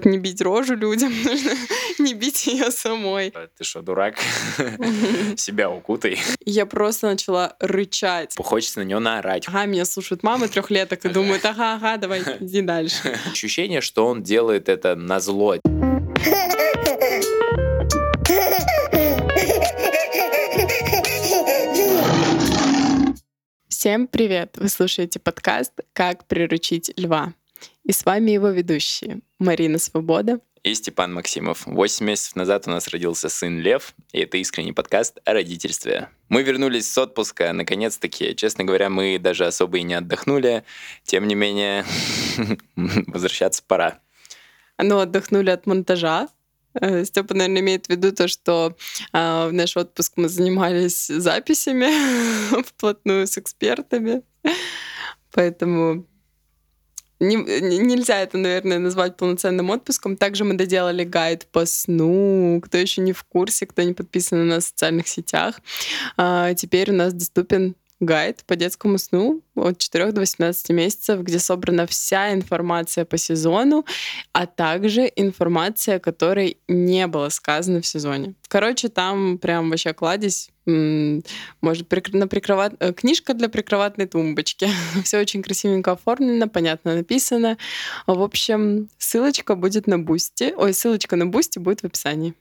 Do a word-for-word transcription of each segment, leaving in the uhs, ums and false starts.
не бить рожу людям, нужно не бить ее самой. Ты что, дурак? Себя укутай. Я просто начала рычать. Хочется на нее наорать. Ага, меня слушают мамы трехлеток и думают, ага, ага, давай, иди дальше. Ощущение, что он делает это назло. Всем привет! Вы слушаете подкаст «Как приручить льва». И с вами его ведущие Марина Свобода и Степан Максимов. Восемь месяцев назад у нас родился сын Лев, и это искренний подкаст о родительстве. Мы вернулись с отпуска, наконец-таки. Честно говоря, мы даже особо и не отдохнули. Тем не менее, возвращаться пора. Ну, отдохнули от монтажа. Степа, наверное, имеет в виду то, что э, в наш отпуск мы занимались записями вплотную с экспертами. Поэтому не, нельзя это, наверное, назвать полноценным отпуском. Также мы доделали гайд по сну. Кто еще не в курсе, кто не подписан на нас в социальных сетях, э, теперь у нас доступен гайд по детскому сну от четырёх до восемнадцати месяцев, где собрана вся информация по сезону, а также информация, которой не было сказано в сезоне. Короче, там прям вообще кладезь. Может, на прикроват... книжка для прикроватной тумбочки. Все очень красивенько оформлено, понятно написано. В общем, ссылочка будет на Бусти. Ой, ссылочка на Бусти будет в описании.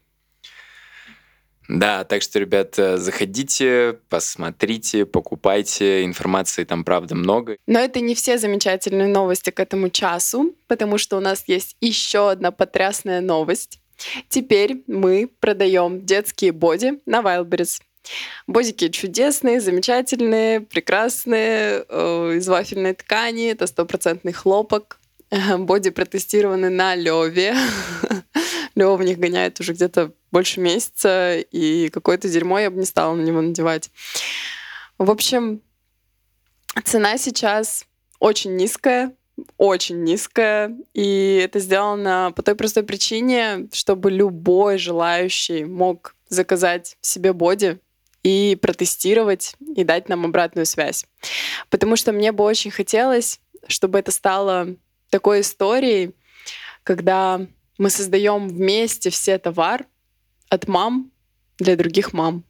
Да, так что, ребят, заходите, посмотрите, покупайте. Информации там, правда, много. Но это не все замечательные новости к этому часу, потому что у нас есть еще одна потрясная новость. Теперь мы продаем детские боди на Wildberries. Бодики чудесные, замечательные, прекрасные, э, из вафельной ткани, это стопроцентный хлопок. Боди протестированы на Леве. Лёва в них гоняет уже где-то больше месяца, и какое-то дерьмо я бы не стала на него надевать. В общем, цена сейчас очень низкая, очень низкая, и это сделано по той простой причине, чтобы любой желающий мог заказать себе боди и протестировать, и дать нам обратную связь. Потому что мне бы очень хотелось, чтобы это стало такой историей, когда мы создаем вместе все товар от мам для других мам.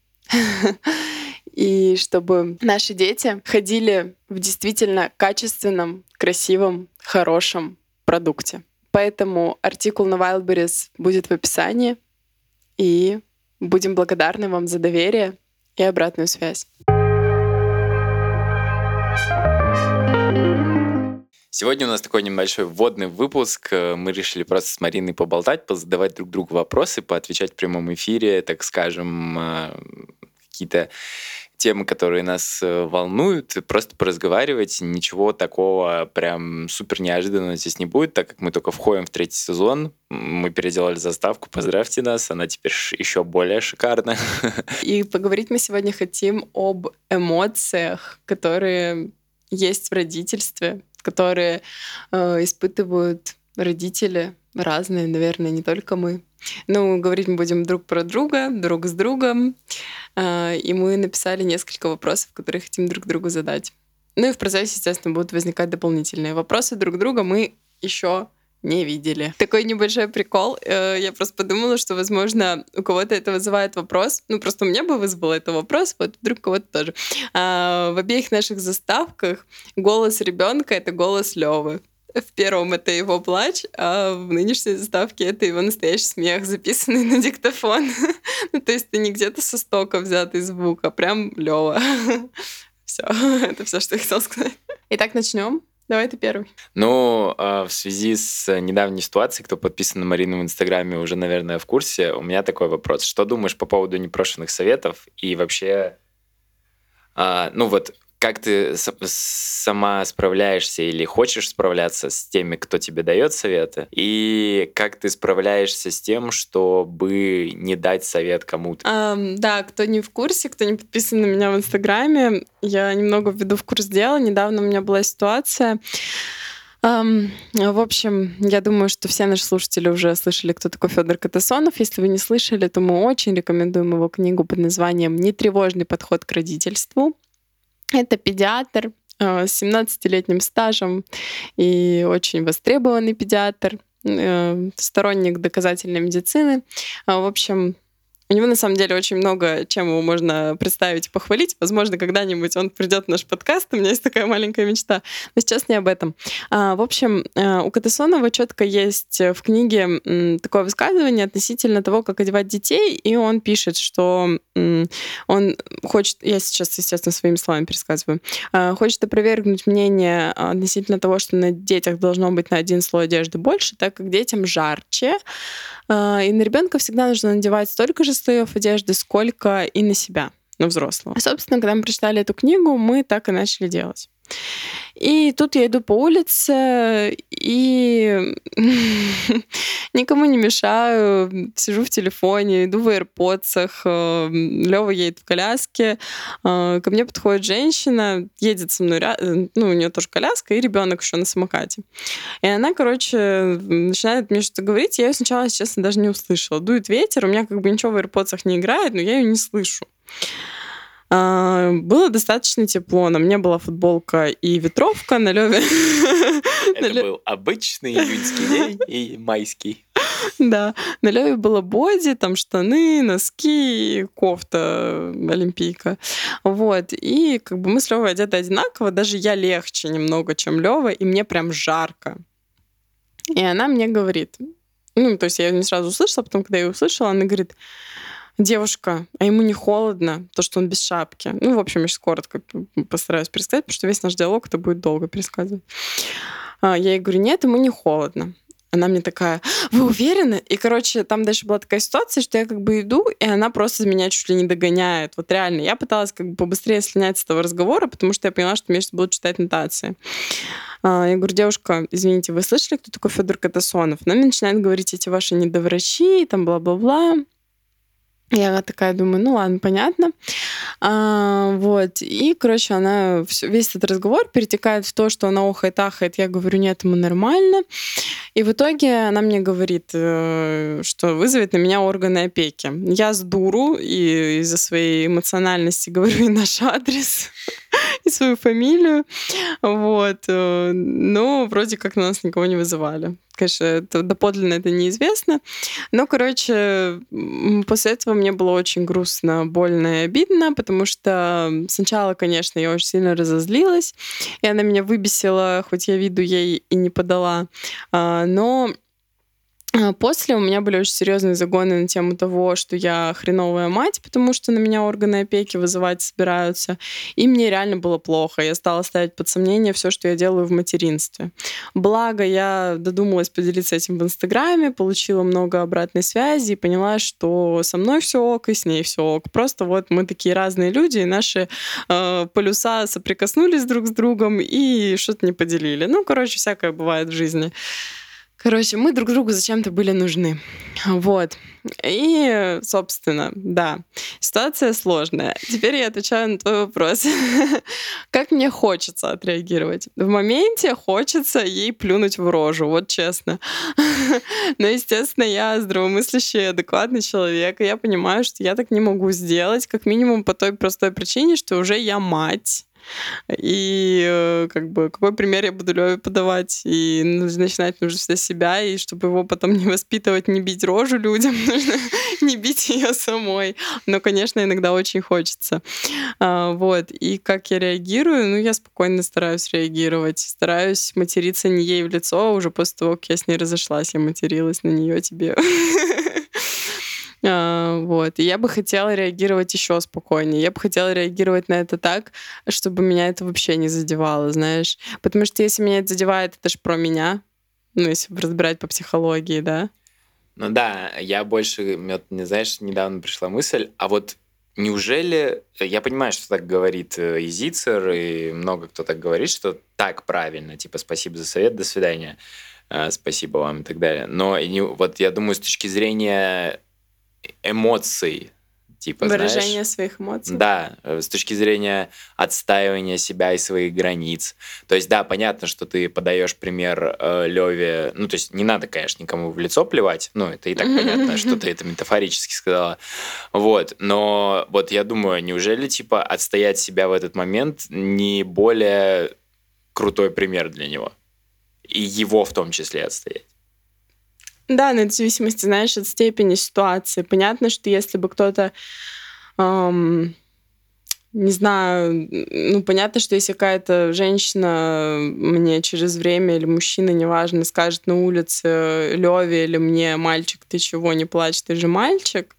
И чтобы наши дети ходили в действительно качественном, красивом, хорошем продукте. Поэтому артикул на Wildberries будет в описании. И будем благодарны вам за доверие и обратную связь. Сегодня у нас такой небольшой вводный выпуск. Мы решили просто с Мариной поболтать, позадавать друг другу вопросы, поотвечать в прямом эфире, так скажем, какие-то темы, которые нас волнуют, просто поразговаривать. Ничего такого прям супер неожиданного здесь не будет, так как мы только входим в третий сезон. Мы переделали заставку, поздравьте нас, она теперь еще более шикарна. И поговорить мы сегодня хотим об эмоциях, которые есть в родительстве, которые э, испытывают родители разные, наверное, не только мы. Ну, говорить мы будем друг про друга, друг с другом. Э, и мы написали несколько вопросов, которые хотим друг другу задать. Ну и в процессе, естественно, будут возникать дополнительные вопросы друг друга. Мы еще не видели. Такой небольшой прикол. Я просто подумала, что, возможно, у кого-то это вызывает вопрос. Ну, просто у меня бы вызвало это вопрос, вот вдруг у кого-то тоже. А в обеих наших заставках голос ребенка — это голос Лёвы. В первом это его плач, а в нынешней заставке это его настоящий смех, записанный на диктофон. Ну, то есть это не где-то со стока взятый звук, а прям Лёва. Все, это все, что я хотела сказать. Итак, начнем. Давай ты первый. Ну, в связи с недавней ситуацией, кто подписан на Марину в Инстаграме, уже, наверное, в курсе, у меня такой вопрос. Что думаешь по поводу непрошенных советов и вообще, ну вот, как ты сама справляешься или хочешь справляться с теми, кто тебе дает советы, и как ты справляешься с тем, чтобы не дать совет кому-то? Um, да, кто не в курсе, кто не подписан на меня в Инстаграме, я немного введу в курс дела. Недавно у меня была ситуация. Um, в общем, я думаю, что все наши слушатели уже слышали, кто такой Федор Катасонов. Если вы не слышали, то мы очень рекомендуем его книгу под названием «Нетревожный подход к родительству». Это педиатр с семнадцатилетним стажем и очень востребованный педиатр. э, сторонник доказательной медицины. А, В общем, у него на самом деле очень много чем его можно представить и похвалить. Возможно, когда-нибудь он придет в наш подкаст. У меня есть такая маленькая мечта. Но сейчас не об этом. А, В общем, э, у Катасонова четко есть в книге м, такое высказывание относительно того, как одевать детей. И он пишет, что м, он хочет... Я сейчас, естественно, своими словами пересказываю. а, Хочет опровергнуть мнение относительно того, что на детях должно быть на один слой одежды больше, так как детям жарче. А, И на ребенка всегда нужно надевать столько же слоев одежды, сколько и на себя, на взрослого. Собственно, когда мы прочитали эту книгу, мы так и начали делать. И тут я иду по улице и никому не мешаю, сижу в телефоне, иду в AirPods, Лёва едет в коляске, а, ко мне подходит женщина, едет со мной, ря- э, ну, у нее тоже коляска, и ребенок еще на самокате. И она, короче, начинает мне что-то говорить, я ее сначала, если честно, даже не услышала. Дует ветер, у меня как бы ничего в AirPods не играет, но я ее не слышу. А, Было достаточно тепло. На мне была футболка и ветровка, на Леве. Это был обычный июньский день и майский. Да, на Леве было боди, там штаны, носки, кофта олимпийка. Вот. И как бы мы с Левой одеты одинаково, даже я легче немного, чем Лева, и мне прям жарко. И она мне говорит, ну, то есть я ее не сразу услышала, потом, когда я ее услышала, она говорит: девушка, а ему не холодно, то, что он без шапки. Ну, в общем, я сейчас коротко постараюсь пересказать, потому что весь наш диалог это будет долго пересказывать. А, Я ей говорю: нет, ему не холодно. Она мне такая: вы уверены? И, короче, там дальше была такая ситуация, что я как бы иду, и она просто меня чуть ли не догоняет. Вот реально. Я пыталась как бы побыстрее слинять с этого разговора, потому что я поняла, что мне сейчас будут читать нотации. А, Я говорю: девушка, извините, вы слышали, кто такой Федор Катасонов? Она мне начинает говорить эти ваши недоврачи, там бла-бла-бла. Я такая думаю, ну ладно, понятно. А, вот. И, короче, она всё- весь этот разговор перетекает в то, что она охает, ахает. Я говорю: нет, ему нормально. И в итоге она мне говорит, э, что вызовет на меня органы опеки. Я с дуру и из-за своей эмоциональности говорю и наш адрес, и свою фамилию. Вот. э, Но вроде как на нас никого не вызывали. Конечно, это доподлинно это неизвестно. Но, короче, м, после этого мне было очень грустно, больно и обидно, потому что сначала, конечно, я очень сильно разозлилась, и она меня выбесила, хоть я виду ей и не подала. А, Но а, после у меня были очень серьезные загоны на тему того, что я хреновая мать, потому что на меня органы опеки вызывать собираются. И мне реально было плохо. Я стала ставить под сомнение все, что я делаю в материнстве. Благо, я додумалась поделиться этим в Инстаграме, получила много обратной связи и поняла, что со мной все ок, и с ней все ок. Просто вот мы такие разные люди, и наши э, полюса соприкоснулись друг с другом и что-то не поделили. Ну, короче, всякое бывает в жизни. Короче, мы друг другу зачем-то были нужны. Вот. И, собственно, да, ситуация сложная. Теперь я отвечаю на твой вопрос. Как мне хочется отреагировать? В моменте хочется ей плюнуть в рожу, вот честно. Но, естественно, я здравомыслящий, адекватный человек, и я понимаю, что я так не могу сделать, как минимум по той простой причине, что уже я мать. И э, как бы какой пример я буду Лёве подавать? И нужно начинать нужно с себя, и чтобы его потом не воспитывать, не бить рожу людям, нужно не бить ее самой. Но, конечно, иногда очень хочется. А, Вот. И как я реагирую? Ну, я спокойно стараюсь реагировать. Стараюсь материться не ей в лицо, а уже после того, как я с ней разошлась, я материлась на нее тебе. А, Вот. И я бы хотела реагировать еще спокойнее. Я бы хотела реагировать на это так, чтобы меня это вообще не задевало, знаешь. Потому что если меня это задевает, это же про меня. Ну, если разбирать по психологии, да. Ну да, я больше, мне вот, не знаешь, недавно пришла мысль, а вот неужели, я понимаю, что так говорит э, и Зицер, и много кто так говорит, что так правильно, типа спасибо за совет, до свидания, э, спасибо вам и так далее. Но и не- вот я думаю, с точки зрения эмоций, типа, Выражение знаешь, своих эмоций. да, э, с точки зрения отстаивания себя и своих границ. То есть, да, понятно, что ты подаешь пример э, Леве. Ну, то есть, не надо, конечно, никому в лицо плевать. Ну, это и так понятно, что ты это метафорически сказала. Вот. Но вот я думаю, неужели, типа, отстоять себя в этот момент не более крутой пример для него? И его в том числе отстоять. Да, но это в зависимости, знаешь, от степени ситуации. Понятно, что если бы кто-то, эм, не знаю, ну, понятно, что если какая-то женщина мне через время или мужчина, неважно, скажет на улице Лёве или мне: «Мальчик, ты чего, не плачь, ты же мальчик»,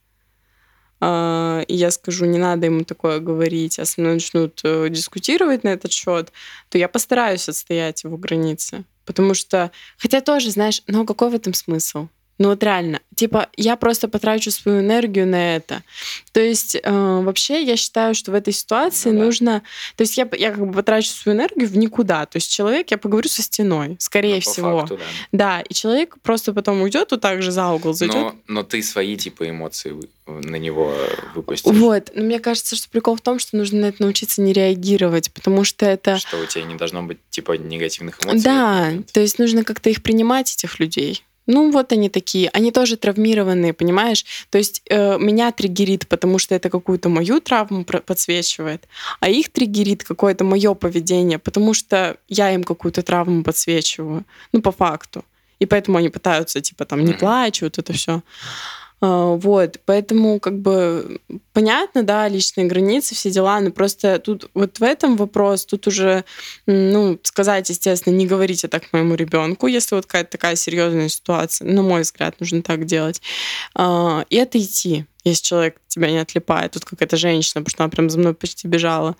а, и я скажу: «Не надо ему такое говорить», а со мной начнут э, дискутировать на этот счет, то я постараюсь отстоять его границы. Потому что, хотя тоже, знаешь, ну какой в этом смысл? Ну вот реально, типа, я просто потрачу свою энергию на это. То есть, э, вообще, я считаю, что в этой ситуации Ну да. нужно... То есть я, п- я как бы потрачу свою энергию в никуда. То есть человек, я поговорю со стеной, скорее Ну, по всего. факту, да. Да, и человек просто потом уйдет вот так же за угол, зайдет. Но, но ты свои типа эмоции вы- на него выпустишь. Вот, но мне кажется, что прикол в том, что нужно на это научиться не реагировать, потому что это... Что у тебя не должно быть типа негативных эмоций в этот Да, момент. то есть нужно как-то их принимать, этих людей. Ну, вот они такие. Они тоже травмированные, понимаешь? То есть э, меня триггерит, потому что это какую-то мою травму про- подсвечивает, а их триггерит какое-то мое поведение, потому что я им какую-то травму подсвечиваю. Ну, по факту. И поэтому они пытаются, типа, там, не Мгм. плачь, вот это все. Вот, поэтому как бы понятно, да, личные границы, все дела, но просто тут вот в этом вопрос, тут уже, м, ну, сказать, естественно, не говорите так моему ребенку, если вот какая-то такая серьезная ситуация, на мой взгляд, нужно так делать. А, И отойти, если человек от тебя не отлипает, тут как эта женщина, потому что она прям за мной почти бежала.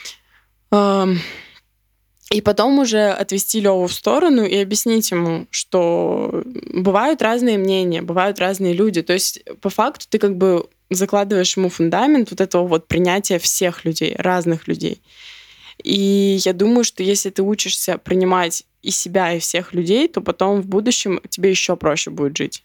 Ам, И потом уже отвести Леву в сторону и объяснить ему, что бывают разные мнения, бывают разные люди. То есть по факту ты как бы закладываешь ему фундамент вот этого вот принятия всех людей, разных людей. И я думаю, что если ты учишься принимать и себя, и всех людей, то потом в будущем тебе еще проще будет жить.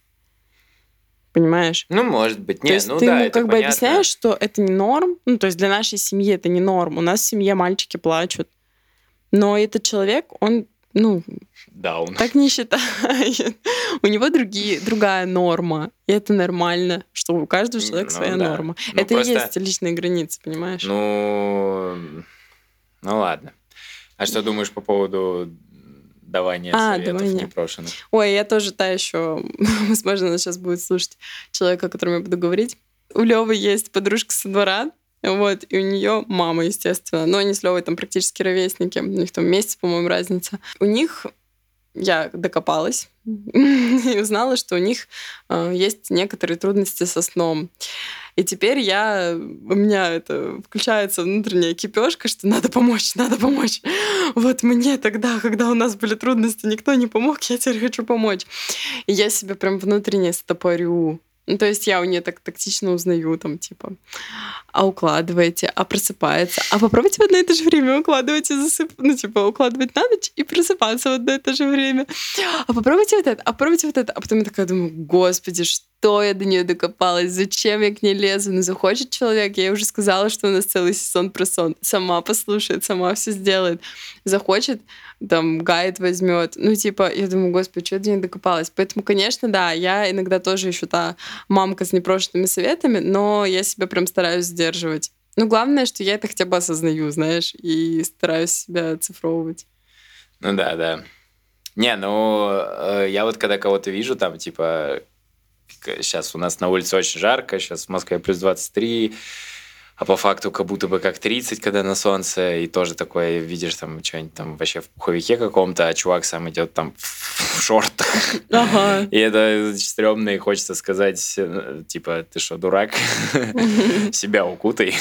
Понимаешь? Ну, может быть. То Не, есть ну ты да, ему это как бы объясняешь, понятно. что это не норм. Ну, то есть для нашей семьи это не норм. У нас в семье мальчики плачут. Но этот человек, он, ну, Даун. так не считает. У него другие, другая норма. И это нормально, что у каждого человека Ну своя да. норма. Ну Это и просто, есть личные границы, понимаешь? ну, ну ладно. А что думаешь по поводу давания А, советов давай не. непрошенных? Ой, я тоже та еще, возможно, она сейчас будет слушать человека, о котором я буду говорить. У Левы есть подружка со двора, вот, и у нее мама, естественно. Но они с Левой там практически ровесники. У них там месяц, по-моему, разница. У них я докопалась и узнала, что у них э, есть некоторые трудности со сном. И теперь я, у меня это включается внутренняя кипешка, что надо помочь, надо помочь. Вот мне тогда, когда у нас были трудности, никто не помог, я теперь хочу помочь. И я себя прям внутренне стопорю. Ну, то есть я у нее так тактично узнаю, там, типа, а укладываете, а просыпается. А попробуйте в одно и то же время укладывать и засып... Ну, типа, укладывать на ночь и просыпаться в одно и то же время. А попробуйте вот это, а попробуйте вот это. А потом я такая думаю, господи, что я до нее докопалась, зачем я к ней лезу? Ну, захочет человек, я ей уже сказала, что у нас целый сезон про сон. Сама послушает, сама все сделает. Захочет, там, гайд возьмет. Ну, типа, я думаю, господи, что я до нее докопалась? Поэтому, конечно, да, я иногда тоже еще та мамка с непрошенными советами, но я себя прям стараюсь сдерживать. Ну, главное, что я это хотя бы осознаю, знаешь, и стараюсь себя оцифровывать. Ну да, да. Не, ну э, я вот когда кого-то вижу, там, типа, сейчас у нас на улице очень жарко, сейчас в Москве плюс двадцать три, а по факту как будто бы как тридцать, когда на солнце, и тоже такое, видишь, там, что-нибудь там вообще в пуховике каком-то, а чувак сам идет там в шортах. Ага. И это стрёмно, и хочется сказать, э, типа, ты что, дурак? Себя укутай.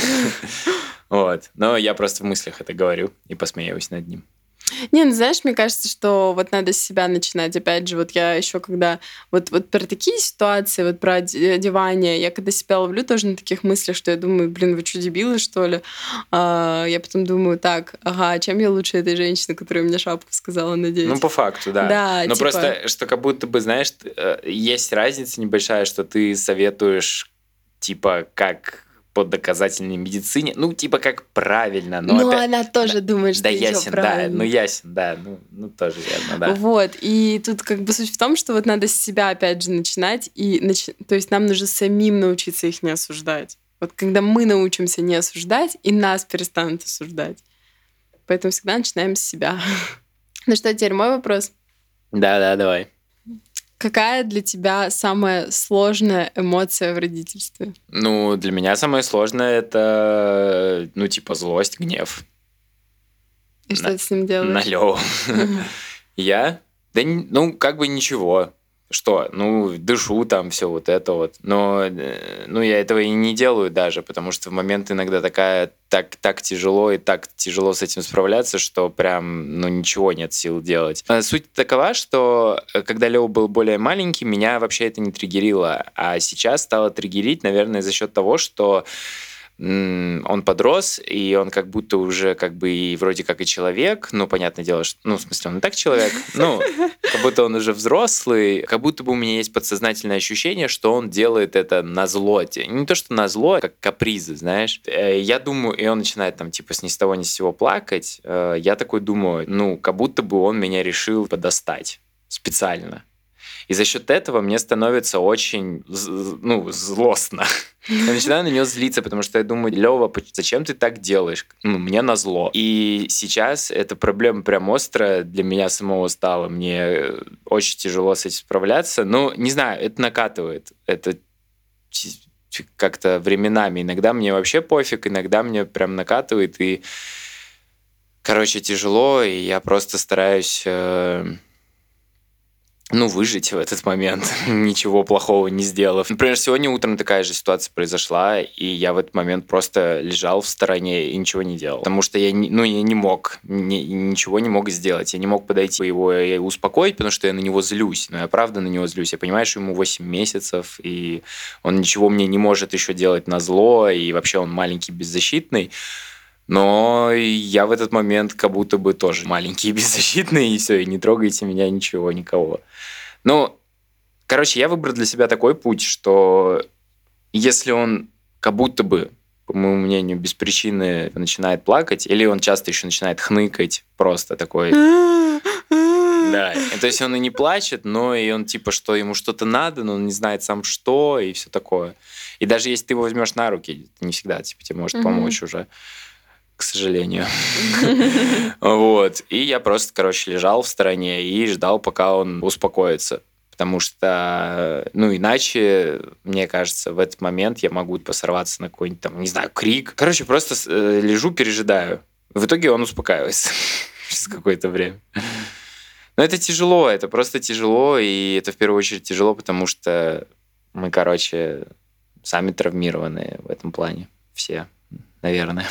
Вот. Но я просто в мыслях это говорю и посмеиваюсь над ним. Не, ну знаешь, мне кажется, что вот надо с себя начинать. Опять же, вот я еще когда вот, вот про такие ситуации, вот про оде- одевание, я когда себя ловлю тоже на таких мыслях, что я думаю, блин, вы что, дебилы, что ли? А, я потом думаю, так, ага, чем я лучше этой женщины, которая мне шапку сказала надеть? Ну, по факту, да. Да, Но типа... просто, что как будто бы, знаешь, т- э, есть разница небольшая, что ты советуешь, типа, как по доказательной медицине, ну, типа, как правильно, но Ну, опять... она тоже Да, думает, что да её ясен, да, правильно. ну, ясен, да, ну, ну тоже верно, да. Вот, и тут как бы суть в том, что вот надо с себя опять же начинать, и нач... то есть нам нужно самим научиться их не осуждать. Вот когда мы научимся не осуждать, и нас перестанут осуждать. Поэтому всегда начинаем с себя. Ну что, теперь мой вопрос. Да-да, давай. Какая для тебя самая сложная эмоция в родительстве? Ну, для меня самое сложное это, ну, типа, злость, гнев. И что На, ты с ним на делаешь? Лёву. Я? Да, н- ну, как бы ничего. Что? Ну, дышу там, все вот это вот. Но, э, ну, я этого и не делаю даже, потому что в момент иногда такая, так, так тяжело и так тяжело с этим справляться, что прям, ну, ничего нет сил делать. А Суть такова, что э, когда Лева был более маленький, меня вообще это не триггерило. А сейчас стало триггерить, наверное, за счет того, что м, он подрос, и он как будто уже как бы и вроде как и человек, ну, понятное дело, что, ну, в смысле, он и так человек, ну, как будто он уже взрослый, как будто бы у меня есть подсознательное ощущение, что он делает это на зло. Не то, что на зло, а как капризы, знаешь. Э, Я думаю, и он начинает там типа с ни с того ни с сего плакать. Э, Я такой думаю, ну, как будто бы он меня решил подостать специально. И за счет этого мне становится очень, з- ну, злостно. Я начинаю на него злиться, потому что я думаю, Лёва, зачем ты так делаешь? Ну, мне назло. И сейчас эта проблема прям острая для меня самого стала. Мне очень тяжело с этим справляться. Ну, не знаю, это накатывает. Это ч- ч- как-то временами. Иногда мне вообще пофиг, иногда мне прям накатывает. И, короче, тяжело, и я просто стараюсь... э, ну, выжить в этот момент, ничего плохого не сделав. Например, сегодня утром такая же ситуация произошла, и я в этот момент просто лежал в стороне и ничего не делал. Потому что я, не- ну, я не мог, ни- ничего не мог сделать. Я не мог подойти его и успокоить, потому что я на него злюсь. Но я правда на него злюсь. Я понимаю, что ему восемь месяцев, и он ничего мне не может еще делать на зло, и вообще он маленький, беззащитный. Но я в этот момент как будто бы тоже маленький и беззащитный, и все, и не трогайте меня, ничего, никого. Ну, короче, я выбрал для себя такой путь, что если он как будто бы, по моему мнению, без причины начинает плакать, или он часто еще начинает хныкать, просто такой... Да, и то есть он и не плачет, но и он типа, что ему что-то надо, но он не знает сам что, и все такое. И даже если ты его возьмешь на руки, это не всегда типа, тебе может Мгм. помочь уже, к сожалению. Вот. И я просто, короче, лежал в стороне и ждал, пока он успокоится. Потому что, ну, иначе, мне кажется, в этот момент я могу посорваться на какой-нибудь там, не знаю, крик. Короче, просто э, лежу, пережидаю. В итоге он успокаивается через какое-то время. Но это тяжело, это просто тяжело, и это в первую очередь тяжело, потому что мы, короче, сами травмированы в этом плане. Все, наверное.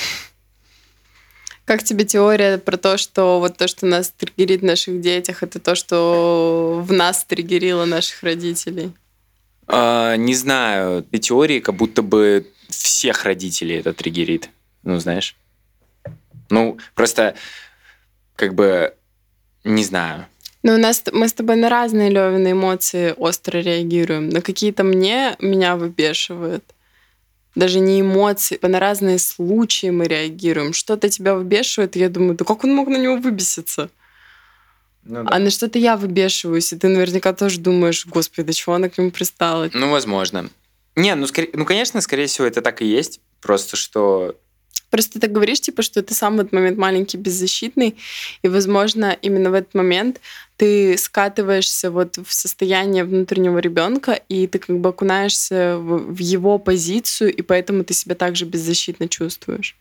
Как тебе теория про то, что вот то, что нас триггерит в наших детях, это то, что в нас триггерило наших родителей? А, не знаю, и теории, как будто бы всех родителей это триггерит. Ну, знаешь. Ну, просто, как бы, не знаю. Ну, у нас мы с тобой на разные Лёвины эмоции остро реагируем. На какие-то мне меня выбешивают. Даже не эмоции, а на разные случаи мы реагируем. Что-то тебя выбешивает, и я думаю, да как он мог на него выбеситься? Ну, А на что-то я выбешиваюсь, и ты наверняка тоже думаешь, господи, да чего она к нему пристала? Ну, возможно. Не, ну, скорее, ну, конечно, скорее всего, это так и есть. Просто что... Просто ты говоришь, типа, что ты сам в этот момент маленький, беззащитный, и, возможно, именно в этот момент ты скатываешься вот в состояние внутреннего ребенка, и ты как бы окунаешься в, в его позицию, и поэтому ты себя также беззащитно чувствуешь.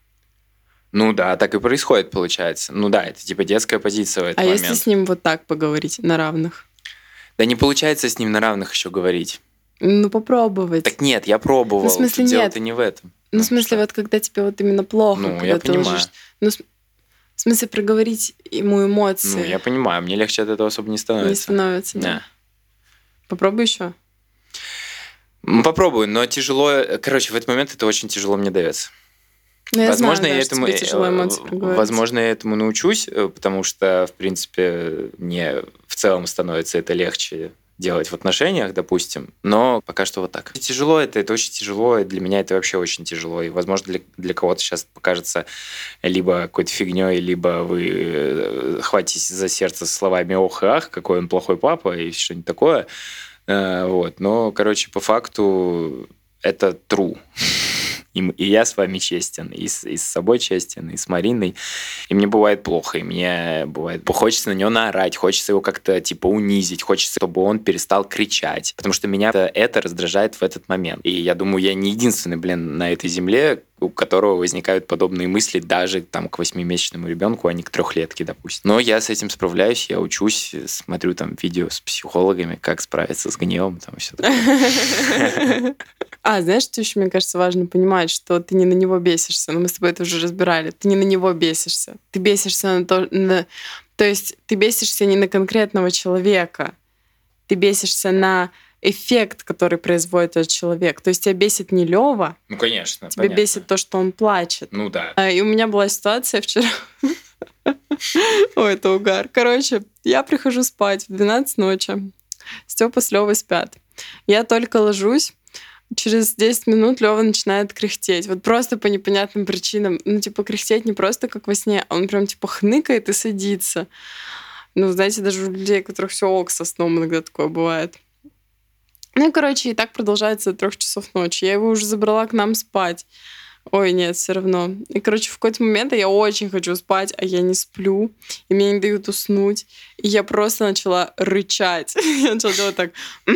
Ну да, так и происходит, получается. Ну да, это типа детская позиция в этот А момент. если с ним вот так поговорить на равных? Да не получается с ним на равных еще говорить. Ну, попробовать. Так нет, я пробовал. Ну, в смысле, Тут нет. дело-то не в этом. Ну, в смысле, что? вот когда тебе вот именно плохо, Ну, когда я ты понимаю. ложишься. Ну, с- в смысле, проговорить ему эмоции Ну, я понимаю, мне легче от этого особо не не становится. становится, да? Да. Попробуй еще. Ну, попробую, но тяжело. Короче, в этот момент это очень тяжело мне дается. Ну, я возможно, знаю, да, я что этому, тебе тяжело э, эмоции в- проговорить. возможно, я этому научусь, э, потому что, в принципе, мне в целом становится это легче делать в отношениях, допустим, но пока что вот так. Тяжело это, это очень тяжело, и для меня это вообще очень тяжело, и, возможно, для, для кого-то сейчас покажется либо какой-то фигней, либо вы э, хватитесь за сердце словами «ох и ах, какой он плохой папа» и что-нибудь такое, Э, вот, но, короче, по факту это true. И, и я с вами честен, и с, и с собой честен, и с Мариной. И мне бывает плохо, и мне бывает... Хочется на него наорать, хочется его как-то, типа, унизить, хочется, чтобы он перестал кричать. Потому что меня это, это раздражает в этот момент. И я думаю, я не единственный, блин, на этой земле, у которого возникают подобные мысли даже там к восьмимесячному ребенку, а не к трехлетке, допустим. Но я с этим справляюсь, я учусь, смотрю там видео с психологами, как справиться с гневом, там все такое. А, знаешь, что еще, мне кажется, важно понимать, что ты не на него бесишься. Ну, мы с тобой это уже разбирали. Ты не на него бесишься. Ты бесишься на то... На... То есть ты бесишься не на конкретного человека. Ты бесишься на эффект, который производит этот человек. То есть тебя бесит не Лёва. Ну, конечно. Тебя понятно. бесит то, что он плачет. Ну, да. И у меня была ситуация вчера... Ой, это угар. Короче, я прихожу спать в двенадцать ночи. Стёпа с Лёвой спят. Я только ложусь, через десять минут Лёва начинает кряхтеть. Вот просто по непонятным причинам. Ну, типа, кряхтеть не просто как во сне, а он прям, типа, хныкает и садится. Ну, знаете, даже у людей, у которых все ок со сном, иногда такое бывает. Ну, и, короче, и так продолжается до трех часов ночи. Я его уже забрала к нам спать. Ой, нет, все равно. И, короче, в какой-то момент я очень хочу спать, а я не сплю, и мне не дают уснуть. И я просто начала рычать. Я начала делать так...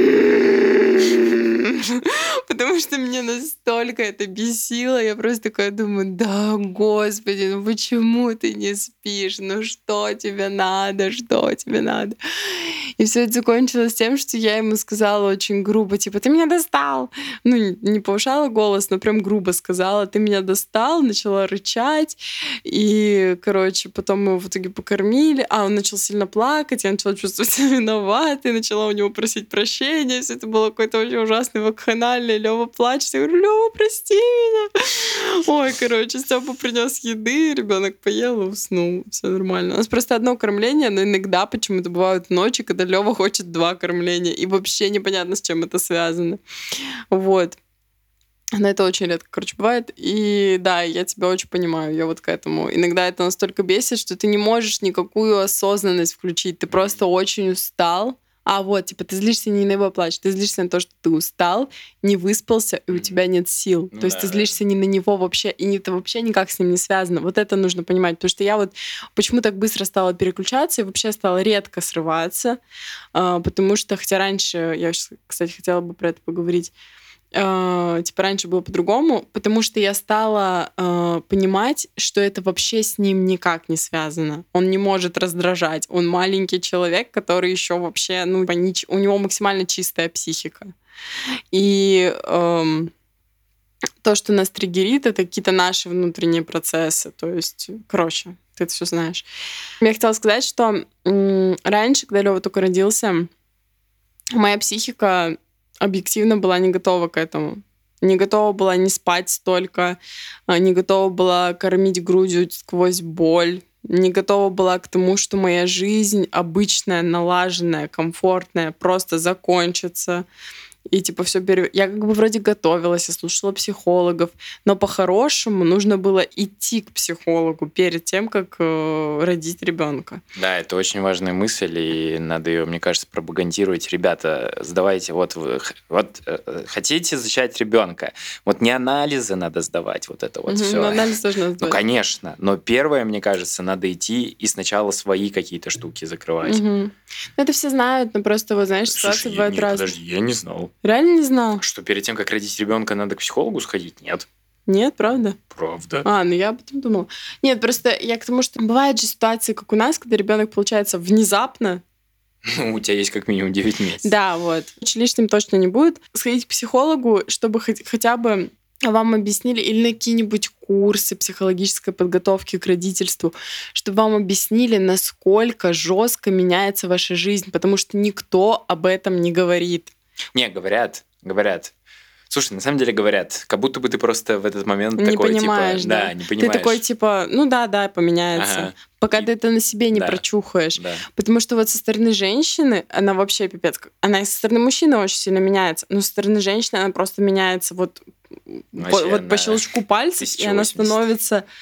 Потому что мне настолько это бесило. Я просто такая думаю, да, господи, ну почему ты не спишь? Ну что тебе надо? Что тебе надо? И все это закончилось тем, что я ему сказала очень грубо, типа, ты меня достал. Ну, не повышала голос, но прям грубо сказала, ты меня достал, начала рычать. И, короче, потом мы его в итоге покормили. А, он начал сильно плакать, я начала чувствовать себя виноватой, начала у него просить прощения. Все это было какое-то очень ужасное вакханалия. Лёва плачет. Я говорю, Лёва, прости меня. Ой, короче, Стёпа принес еды, ребенок поел и уснул. Все нормально. У нас просто одно кормление, но иногда почему-то бывают ночи, когда Лёва хочет два кормления. И вообще непонятно, с чем это связано. Вот. Но это очень редко, короче, бывает. И да, я тебя очень понимаю. Я вот к этому. Иногда это настолько бесит, что ты не можешь никакую осознанность включить. Ты просто очень устал. А вот, типа, ты злишься не на его плач, ты злишься на то, что ты устал, не выспался, и у тебя нет сил. Ну, то есть да, ты злишься не на него вообще, и это вообще никак с ним не связано. Вот это нужно понимать. Потому что я вот почему так быстро стала переключаться и вообще стала редко срываться. Потому что, хотя раньше, я, кстати, хотела бы про это поговорить, Uh, типа раньше было по-другому, потому что я стала uh, понимать, что это вообще с ним никак не связано. Он не может раздражать. Он маленький человек, который еще вообще, ну, нич- у него максимально чистая психика. И um, то, что нас триггерит, это какие-то наши внутренние процессы. То есть, короче, ты это все знаешь. Я хотела сказать, что м- раньше, когда Лёва только родился, моя психика объективно была не готова к этому. Не готова была не спать столько, не готова была кормить грудью сквозь боль, не готова была к тому, что моя жизнь обычная, налаженная, комфортная просто закончится. И типа все пере... Я как бы вроде готовилась, я слушала психологов, но по-хорошему нужно было идти к психологу перед тем, как э, родить ребенка. Да, это очень важная мысль, и надо ее, мне кажется, пропагандировать. Ребята, сдавайте, вот вы вот э, хотите зачать ребенка, вот не анализы надо сдавать, вот это вот Угу, все. но анализ тоже надо сдавать. Ну, конечно, но первое, мне кажется, надо идти и сначала свои какие-то штуки закрывать. Угу. Ну, это все знают, но просто, вот, знаешь, ситуации Слушай, бывают нет, разные. подожди, я не знал. Реально не знал? Что перед тем, как родить ребенка, надо к психологу сходить? Нет. Нет, правда? Правда. А, ну я об этом думала. Нет, просто я к тому, что бывают же ситуации, как у нас, когда ребенок получается внезапно. Ну, у тебя есть как минимум девять месяцев. Да, вот. Лишним точно не будет. Сходить к психологу, чтобы хоть, хотя бы вам объяснили, или на какие-нибудь курсы психологической подготовки к родительству, чтобы вам объяснили, насколько жестко меняется ваша жизнь, потому что никто об этом не говорит. Не, говорят, говорят. Слушай, на самом деле говорят, как будто бы ты просто в этот момент не такой, понимаешь, типа, да. да, не понимаешь. Ты такой, типа, ну да, да, поменяется. Ага. Пока И... ты это на себе не да. прочухаешь. Да. Потому что вот со стороны женщины, она вообще пипец. Она и со стороны мужчины очень сильно меняется, но со стороны женщины она просто меняется вот, Вообще, по, вот да. по щелчку пальцев, и она становится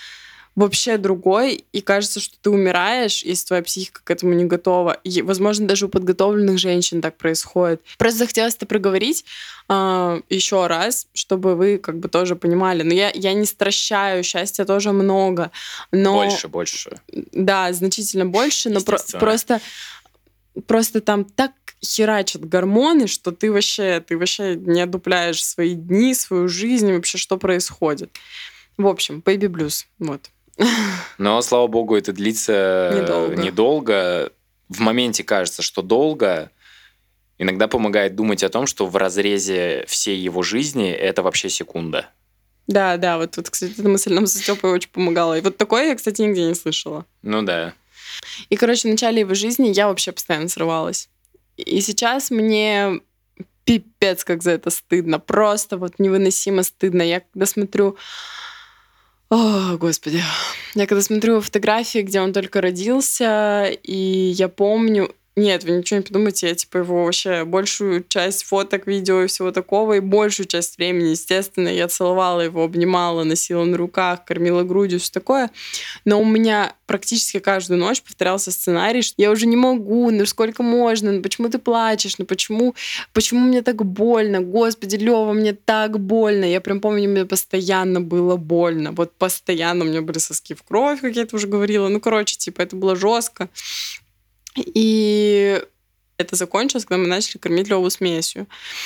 вообще другой, и кажется, что ты умираешь, если твоя психика к этому не готова. И, возможно, даже у подготовленных женщин так происходит. Просто захотелось это проговорить э, еще раз, чтобы вы как бы тоже понимали. Но я, я не стращаю, счастья тоже много. Но... Больше, больше. Да, значительно больше, но про- просто, просто там так херачат гормоны, что ты вообще, ты вообще не одупляешь свои дни, свою жизнь, вообще, что происходит. В общем, baby blues, вот. Но, слава богу, это длится недолго. недолго. В моменте кажется, что долго. Иногда помогает думать о том, что в разрезе всей его жизни это вообще секунда. Да, да, вот, вот кстати, эта мысль нам с Стёпой очень помогала. И вот такое я, кстати, нигде не слышала. Ну да. И, короче, в начале его жизни я вообще постоянно срывалась. И сейчас мне пипец как за это стыдно. Просто вот невыносимо стыдно. Я когда смотрю... О, Господи. Я когда смотрю фотографии, где он только родился, и я помню... Нет, вы ничего не подумайте, я типа его вообще большую часть фоток, видео и всего такого, и большую часть времени, естественно, я целовала его, обнимала, носила на руках, кормила грудью, все такое. Но у меня практически каждую ночь повторялся сценарий, что я уже не могу, ну сколько можно, ну почему ты плачешь, ну почему, почему мне так больно, Господи, Лёва, мне так больно. Я прям помню, мне постоянно было больно, вот постоянно у меня были соски в кровь, как я это уже говорила, ну короче, типа это было жестко. И это закончилось, когда мы начали кормить Лёву смесью.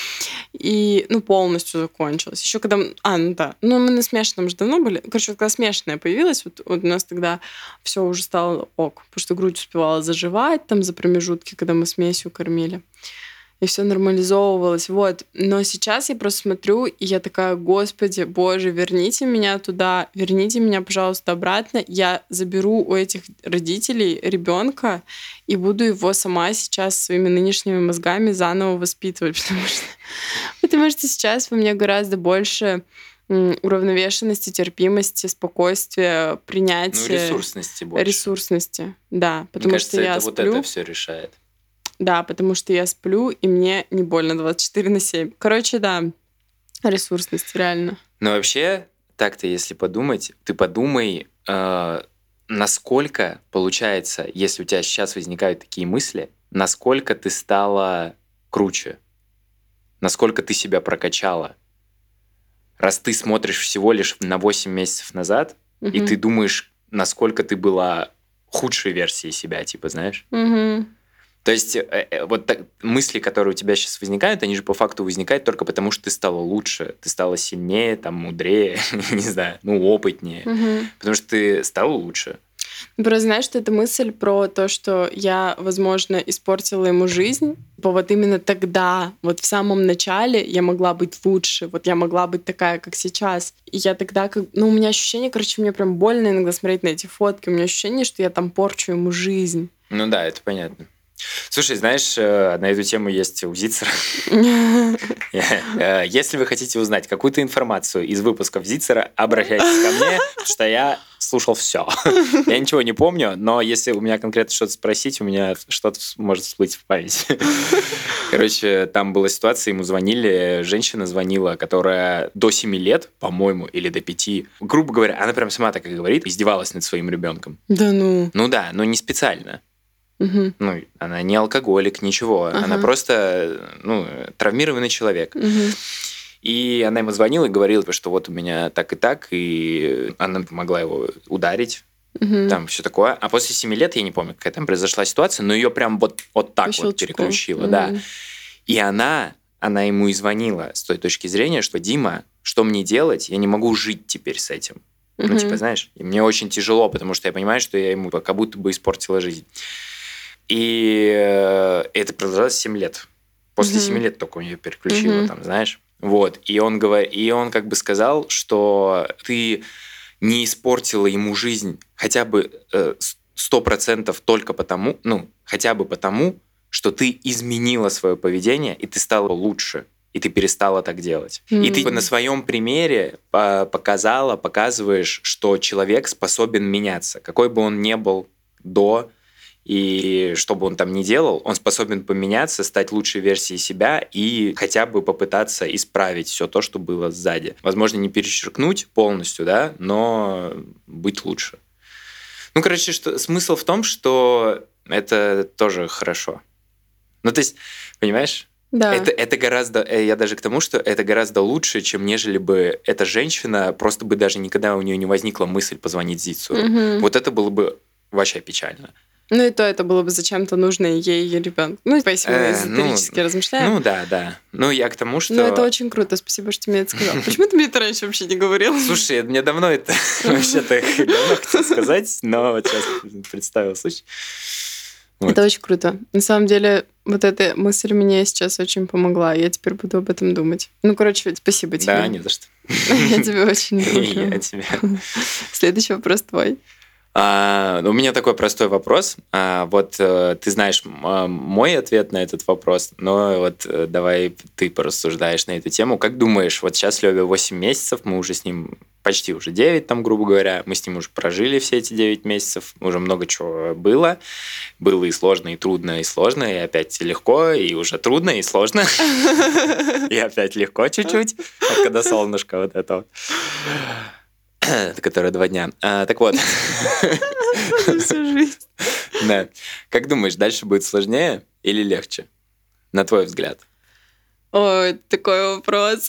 И, ну, полностью закончилось. Еще когда... А, ну да. Ну, мы на смешанном же давно были. Короче, вот когда смешанная появилась, вот, вот у нас тогда все уже стало ок. Потому что грудь успевала заживать там за промежутки, когда мы смесью кормили. И все нормализовывалось. Вот. Но сейчас я просто смотрю, и я такая, Господи, Боже, верните меня туда, верните меня, пожалуйста, обратно. Я заберу у этих родителей ребенка и буду его сама сейчас своими нынешними мозгами заново воспитывать. Потому что, потому что сейчас во мне гораздо больше уравновешенности, терпимости, спокойствия, принятия. Ну, ресурсности больше. Ресурсности, да. Потому Мне кажется, что я это сплю. вот это все решает. Да, потому что я сплю, и мне не больно двадцать четыре на семь. Короче, да, ресурсность, реально. Но вообще, так-то, если подумать, ты подумай, э, насколько, получается, если у тебя сейчас возникают такие мысли, насколько ты стала круче, насколько ты себя прокачала. Раз ты смотришь всего лишь на восемь месяцев назад, угу. и ты думаешь, насколько ты была худшей версией себя, типа, знаешь? Угу. То есть э, вот так, мысли, которые у тебя сейчас возникают, они же по факту возникают только потому, что ты стала лучше, ты стала сильнее, там, мудрее, не знаю, ну, опытнее. Угу. Потому что ты стала лучше. Просто знаешь, что это мысль про то, что я, возможно, испортила ему жизнь. Вот именно тогда, вот в самом начале я могла быть лучше, вот я могла быть такая, как сейчас. И я тогда, как... ну, у меня ощущение, короче, мне прям больно иногда смотреть на эти фотки. У меня ощущение, что я там порчу ему жизнь. Ну да, это понятно. Слушай, знаешь, на эту тему есть у Зицера. Если вы хотите узнать какую-то информацию из выпусков Зицера, обращайтесь ко мне, потому что я слушал все. Я ничего не помню, но если у меня конкретно что-то спросить, у меня что-то может всплыть в память. Короче, там была ситуация, ему звонили, женщина звонила, которая до семи лет, по-моему, или до пяти, грубо говоря, она прям сама так и говорит, издевалась над своим ребенком. Да ну. Ну да, но не специально. Угу. Ну, она не алкоголик, ничего. Ага. Она просто, ну, травмированный человек. Угу. И она ему звонила и говорила, что вот у меня так и так, и она могла его ударить. Угу. Там все такое. А после семи лет, я не помню, какая там произошла ситуация, но ее прям вот, вот так По вот переключила. Угу. Да. И она, она ему и звонила с той точки зрения, что «Дима, что мне делать? Я не могу жить теперь с этим». Угу. Ну, типа, знаешь, и мне очень тяжело, потому что я понимаю, что я ему как будто бы испортила жизнь. И это продолжалось семь лет. После семи mm-hmm. лет только у нее переключило, mm-hmm. там, знаешь. Вот. И он, говор... и он как бы сказал, что ты не испортила ему жизнь хотя бы сто процентов только потому, ну, хотя бы потому, что ты изменила свое поведение, и ты стала лучше, и ты перестала так делать. Mm-hmm. И ты на своем примере показала, показываешь, что человек способен меняться, какой бы он ни был до и что бы он там ни делал, он способен поменяться, стать лучшей версией себя и хотя бы попытаться исправить все то, что было сзади. Возможно, не перечеркнуть полностью, да, но быть лучше. Ну, короче, что, смысл в том, что это тоже хорошо. Ну, то есть, понимаешь? Да. Это, это гораздо, я даже к тому, что это гораздо лучше, чем нежели бы эта женщина, просто бы даже никогда у нее не возникла мысль позвонить Зицу. Мгм. Вот это было бы вообще печально. Ну и то это было бы зачем-то нужно ей и ребенку. Ну, если мы Э, эзотерически ну, размышляем. Ну да, да. Ну я к тому, что... Ну, это очень круто, спасибо, что ты мне это сказал. Почему ты мне это раньше вообще не говорил? Слушай, мне давно это вообще-то давно хотел сказать, но вот сейчас представил случай. Вот. Это очень круто. На самом деле, вот эта мысль мне сейчас очень помогла. Я теперь буду об этом думать. Ну, короче, спасибо тебе. Да, не за что. Я тебя очень И люблю. я тебя. Следующий вопрос твой. А, у меня такой простой вопрос. А, вот э, ты знаешь м- а, мой ответ на этот вопрос, но вот э, давай ты порассуждаешь на эту тему. Как думаешь, вот сейчас Лёве восемь месяцев, мы уже с ним почти уже девять, там, грубо говоря, мы с ним уже прожили все эти девять месяцев, уже много чего было. Было и сложно, и трудно, и сложно, и опять легко, и уже трудно, и сложно. И опять легко чуть-чуть, вот когда солнышко вот это вот. Которая два дня. А, так вот. Всю жизнь. Да. Как думаешь, дальше будет сложнее или легче? На твой взгляд. Ой, такой вопрос.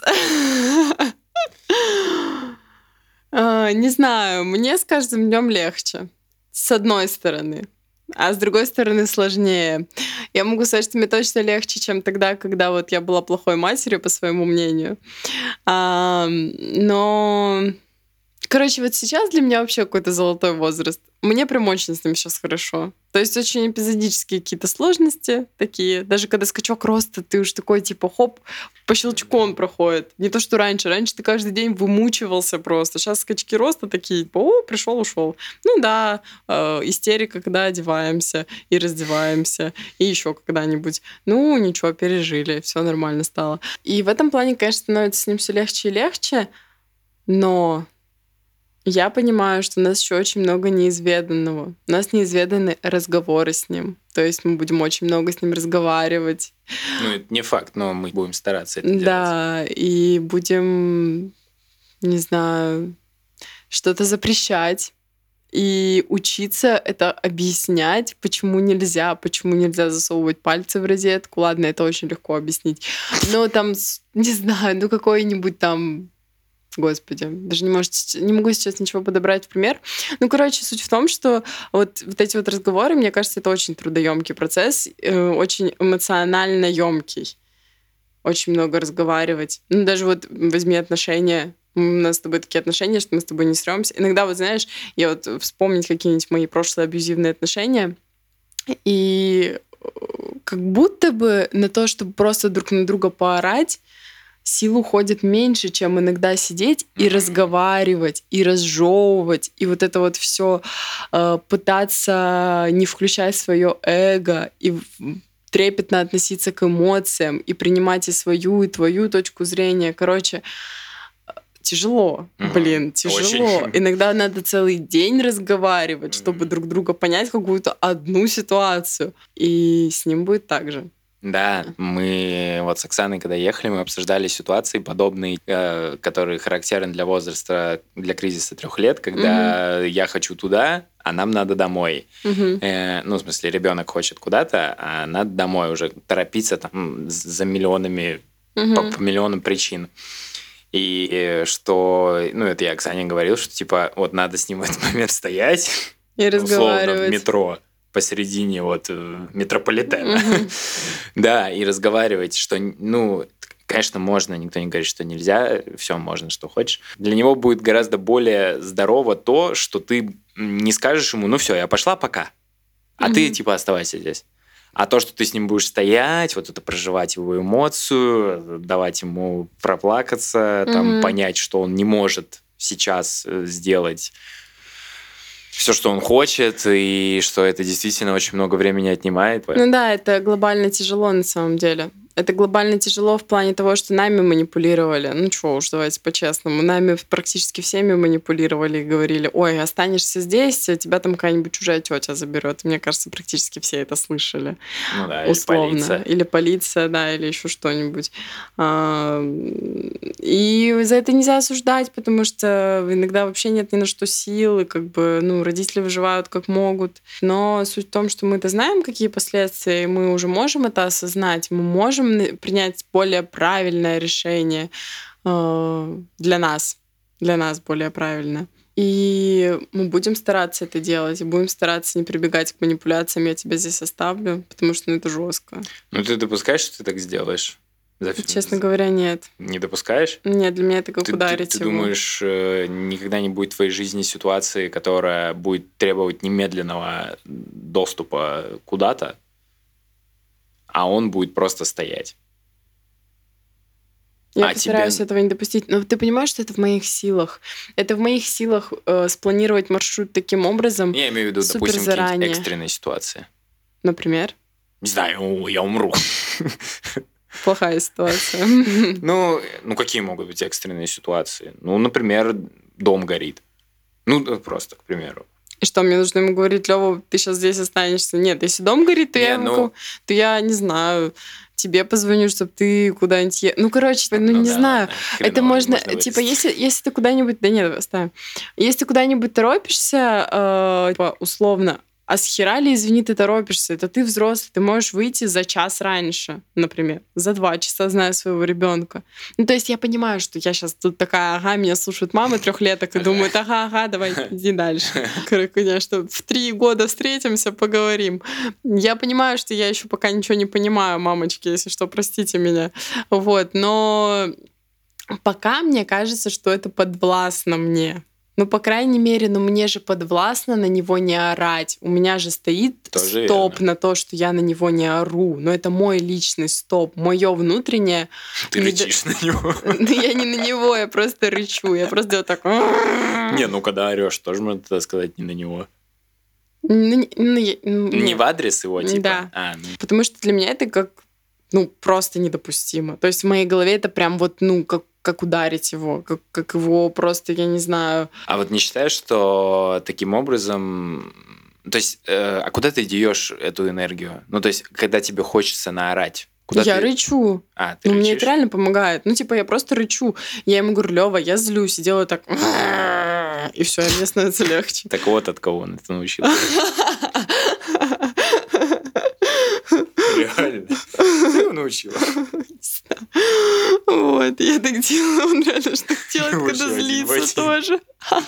А, Не знаю, мне с каждым днем легче. С одной стороны. А с другой стороны сложнее. Я могу сказать, что мне точно легче, чем тогда, когда вот я была плохой матерью, по своему мнению. А, Но... Короче, вот сейчас для меня вообще какой-то золотой возраст. Мне прям очень с ним сейчас хорошо. То есть очень эпизодические какие-то сложности такие. Даже когда скачок роста, ты уж такой типа хоп, по щелчку он проходит. Не то, что раньше. Раньше ты каждый день вымучивался просто. Сейчас скачки роста такие, типа, о, пришел, ушел. Ну да, э, истерика, когда одеваемся и раздеваемся. И еще когда-нибудь. Ну, ничего, пережили, все нормально стало. И в этом плане, конечно, становится с ним все легче и легче. Но я понимаю, что у нас еще очень много неизведанного. У нас неизведаны разговоры с ним. То есть мы будем очень много с ним разговаривать. Ну, это не факт, но мы будем стараться это делать. Да, и будем, не знаю, что-то запрещать. И учиться это объяснять, почему нельзя, почему нельзя засовывать пальцы в розетку. Ладно, это очень легко объяснить. Но там, с- не знаю, ну какой-нибудь там... Господи, даже не, может, не могу сейчас ничего подобрать в пример. Ну, короче, суть в том, что вот, вот эти вот разговоры, мне кажется, это очень трудоемкий процесс, э, очень эмоционально емкий. Очень много разговаривать. Ну, даже вот возьми отношения. У нас с тобой такие отношения, что мы с тобой не срёмся. Иногда, вот знаешь, я вот вспомнить какие-нибудь мои прошлые абьюзивные отношения, и э, как будто бы на то, чтобы просто друг на друга поорать, сил уходит меньше, чем иногда сидеть и разговаривать, и разжевывать, и вот это вот все пытаться не включать свое эго, и в- трепетно относиться к эмоциям, и принимать и свою, и твою точку зрения. Короче, э, тяжело, Мгм. блин, тяжело. Очень. Иногда надо целый день разговаривать, чтобы Мгм. друг друга понять какую-то одну ситуацию. И с ним будет так же. Да, мы вот с Оксаной, когда ехали, мы обсуждали ситуации подобные, э, которые характерны для возраста, для кризиса трех лет, когда я хочу туда, а нам надо домой. Мгм. Э, ну, в смысле, ребенок хочет куда-то, а надо домой уже торопиться там з- за миллионами, по, Мгм. по миллионам причин. И э, что, ну, это я Оксане говорил, что типа вот надо с ним в этот момент стоять, И условно, в разговаривать. метро, посередине вот э, метрополитена. Мгм. Да, и разговаривать, что, ну, конечно, можно, никто не говорит, что нельзя, все можно, что хочешь. Для него будет гораздо более здорово то, что ты не скажешь ему, ну все, я пошла, пока. А ты, Мгм. типа, оставайся здесь. А то, что ты с ним будешь стоять, вот это проживать его эмоцию, давать ему проплакаться, там, Мгм. понять, что он не может сейчас э, сделать все, что он хочет, и что это действительно очень много времени отнимает. Ну да, это глобально тяжело на самом деле. Это глобально тяжело в плане того, что нами манипулировали. Ну чё уж, давайте по-честному. Нами практически всеми манипулировали и говорили: ой, останешься здесь, тебя там какая-нибудь чужая тетя заберет. Мне кажется, практически все это слышали. Ну да, или Условно. полиция. Или полиция, да, или еще что-нибудь. А, И за это нельзя осуждать, потому что иногда вообще нет ни на что сил, и как бы, ну, родители выживают как могут. Но суть в том, что мы-то знаем, какие последствия, и мы уже можем это осознать, мы можем н- принять более правильное решение э, для нас, для нас более правильное. И мы будем стараться это делать, и будем стараться не прибегать к манипуляциям. Я тебя здесь оставлю, потому что ну, это жестко. Ну, ты допускаешь, что ты так сделаешь? За- Честно говоря, нет. Не допускаешь? Нет, для меня это как Ты, ты- ударить ты его. думаешь, э, никогда не будет в твоей жизни ситуации, которая будет требовать немедленного доступа куда-то, а он будет просто стоять? Я А постараюсь тебе- этого не допустить. Но ты понимаешь, что это в моих силах. Это в моих силах э, спланировать маршрут таким образом, Я имею в виду, супер допустим, какие-нибудь заранее. экстренные ситуации. Например, Не знаю, «О, я умру». плохая ситуация. Ну, ну, какие могут быть экстренные ситуации? Ну, например, дом горит. Ну, да, просто, к примеру. И что, мне нужно ему говорить: Лёва, ты сейчас здесь останешься? Нет, если дом горит, то, Не, я, ну- ему- то я не знаю, тебе позвоню, чтобы ты куда-нибудь... е- Ну, короче, ну, Ну не да, знаю. ладно, Это хреново, можно, можно типа, вырезать. если, если ты куда-нибудь... Да нет, оставим. Если ты куда-нибудь торопишься, э, типа, условно, а с хера ли, извини, ты торопишься? Это ты взрослый, ты можешь выйти за час раньше, например, за два часа, зная своего ребенка. Ну, то есть я понимаю, что я сейчас тут такая, ага, меня слушают мамы трехлеток и думают: ага, ага, давай, иди дальше. Короче, конечно, в три года встретимся, поговорим. Я понимаю, что я еще пока ничего не понимаю, мамочки, если что, простите меня. Вот, но пока мне кажется, что это подвластно мне. Ну, по крайней мере, ну мне же подвластно на него не орать. У меня же стоит Тоже стоп верно. на то, что я на него не ору. Но это мой личный стоп, мое внутреннее. Ты Не д- рычишь на него. Ну, я не на него, я просто рычу. Я просто делаю так. Не, ну когда орешь, тоже можно тогда сказать не на него. Ну, не- ну, я- ну, Не нет. в адрес его, типа. Да. А, ну, Потому что для меня это как, ну, просто недопустимо. То есть в моей голове это прям вот, ну, как, как ударить его, как, как его просто, я не знаю. А вот не считаешь, что таким образом... То есть, э, а куда ты деешь эту энергию? Ну, то есть, когда тебе хочется наорать, куда я ты... рычу. А, ты Ну, мне рычишь? это реально помогает. Ну, типа, я просто рычу. Я ему говорю: Лёва, я злюсь, и делаю так. И все, и мне становится легче. Так вот, от кого он это научился. Реально. Ты его научила? Вот, я так делаю. Он реально что делает, Вообще когда один в злится один. тоже.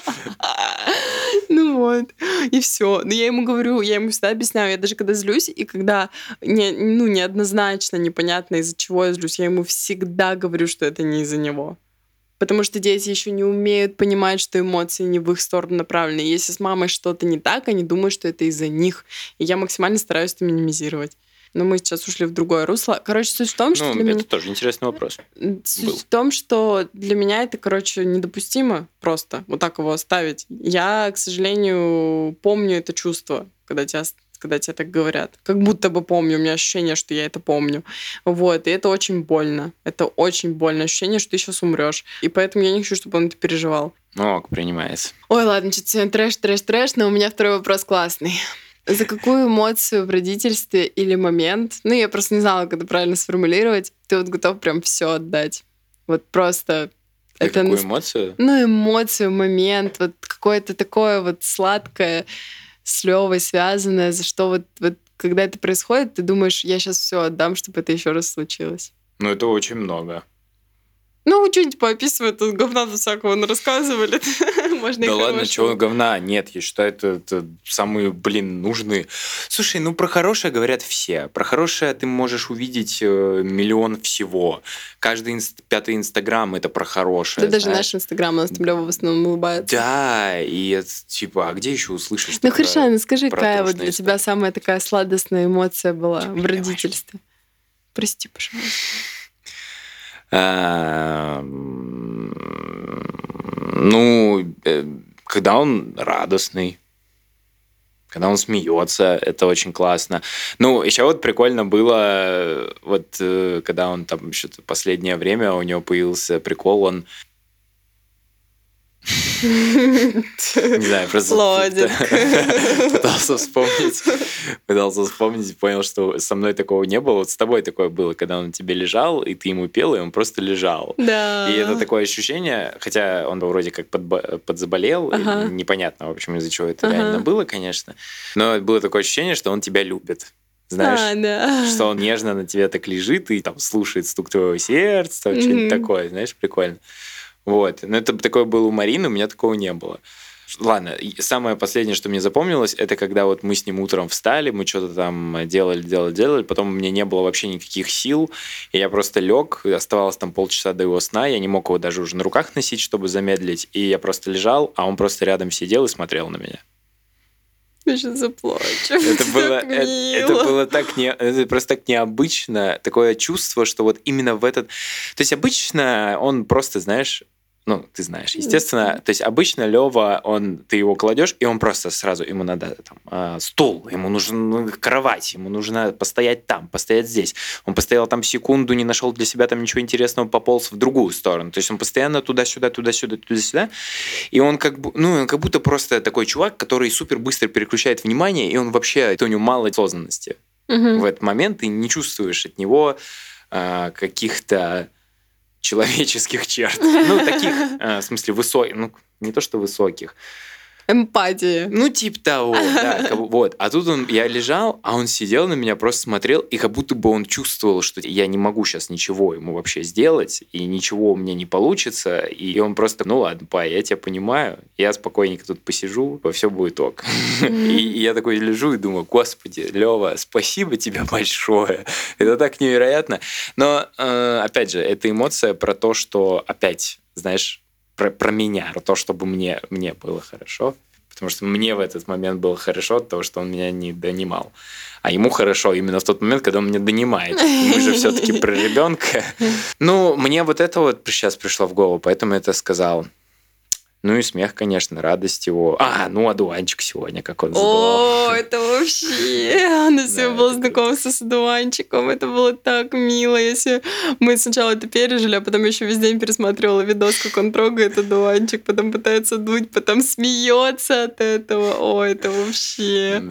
Ну вот, и все. Но я ему говорю, я ему всегда объясняю, я даже когда злюсь, и когда не, ну, неоднозначно, непонятно, из-за чего я злюсь, я ему всегда говорю, что это не из-за него. Потому что дети еще не умеют понимать, что эмоции не в их сторону направлены. И если с мамой что-то не так, они думают, что это из-за них. И я максимально стараюсь это минимизировать. Но мы сейчас ушли в другое русло. Короче, суть в том, что Ну, для это меня... тоже интересный вопрос. Суть был. в том, что для меня это, короче, недопустимо просто вот так его оставить. Я, к сожалению, помню это чувство, когда тебя, когда тебе так говорят. Как будто бы помню. У меня ощущение, что я это помню. Вот. И это очень больно. Это очень больно. Ощущение, что ты сейчас умрешь. И поэтому я не хочу, чтобы он это переживал. Ну, ок, принимается. Ой, ладно, что-то сегодня трэш, трэш, трэш, но у меня второй вопрос классный. За какую эмоцию в родительстве или момент, ну, я просто не знала, как это правильно сформулировать, ты вот готов прям все отдать? Вот просто... За это какую нас- эмоцию? Ну, эмоцию, момент, вот какое-то такое вот сладкое с Лёвой связанное, за что вот, вот когда это происходит, ты думаешь: я сейчас все отдам, чтобы это еще раз случилось. Ну, это очень много. Ну, что-нибудь поописывай, тут говна всякого рассказывали. Можно и Да ладно, хорошего. чего говна? Нет, я считаю, это, это самые, блин, нужные. Слушай, ну про хорошее говорят все. Про хорошее ты можешь увидеть э, миллион всего. Каждый инст- пятый инстаграм это про хорошее. Это даже знаешь. наш инстаграм, у нас там Лёва в основном улыбается. Да, и это, типа, а где еще услышишь? Ну ты хорошо, про- ну скажи, про какая вот трушные для тебя истории? самая такая сладостная эмоция была в Блин, родительстве? Прости, пожалуйста. А, м, Ну, э, когда он радостный. Когда он смеется, это очень классно. Ну, еще вот прикольно было, вот когда он там что-то последнее время, у него появился прикол, он не знаю, просто пытался вспомнить, пытался вспомнить, понял, что со мной такого не было. Вот с тобой такое было, когда он на тебе лежал, и ты ему пел, и он просто лежал. Да. И это такое ощущение, хотя он вроде как подбо- подзаболел, ага. непонятно, в общем, из-за чего это ага. реально было, конечно, но было такое ощущение, что он тебя любит. Знаешь, а, да. что он нежно на тебе так лежит и там слушает стук твоего сердца, mm-hmm. что-нибудь такое, знаешь, прикольно. Вот. Но это такое было у Марины, у меня такого не было. Ладно, самое последнее, что мне запомнилось, это когда вот мы с ним утром встали, мы что-то там делали, делали, делали, потом у меня не было вообще никаких сил, и я просто лег, оставалось там полчаса до его сна, я не мог его даже уже на руках носить, чтобы замедлить, и я просто лежал, а он просто рядом сидел и смотрел на меня. Я сейчас заплачу. Это было, это, это было так не, это просто так необычно, такое чувство, что вот именно в этот... То есть обычно он просто, знаешь, ну, ты знаешь, естественно, то есть обычно Лёва, он, ты его кладешь, и он просто сразу, ему надо там, стул, ему нужна кровать, ему нужно постоять там, постоять здесь. Он постоял там секунду, не нашел для себя там ничего интересного, пополз в другую сторону. То есть он постоянно туда-сюда, туда-сюда, туда-сюда. И он как, бы, ну, он как будто просто такой чувак, который супер быстро переключает внимание, и он вообще, это у него мало осознанности. Угу. В этот момент ты не чувствуешь от него а, каких-то человеческих черт. Ну, таких, в смысле, высоких. Ну, не то, что высоких. Эмпатия. Ну, типа того, да. Вот. А тут он, я лежал, а он сидел на меня, просто смотрел, и как будто бы он чувствовал, что я не могу сейчас ничего ему вообще сделать, и ничего у меня не получится. И он просто, ну ладно, па, я тебя понимаю, я спокойненько тут посижу, все будет ок. Mm-hmm. И, и я такой лежу и думаю, господи, Лёва, спасибо тебе большое. Это так невероятно. Но, э, опять же, это эмоция про то, что опять, знаешь, Про, про меня, про то, чтобы мне, мне было хорошо. Потому что мне в этот момент было хорошо от того, что он меня не донимал. А ему хорошо именно в тот момент, когда он меня донимает. Мы же все-таки про ребенка. Ну, мне вот это вот сейчас пришло в голову, поэтому я это сказал. Ну и смех, конечно, радость его. А, ну, одуванчик сегодня, как он задувал. О, это вообще... Она сегодня была знакомство с одуванчиком. Это было так мило. Если мы сначала это пережили, а потом еще весь день пересматривала видос, как он трогает одуванчик, потом пытается дуть, потом смеется от этого. О, это вообще...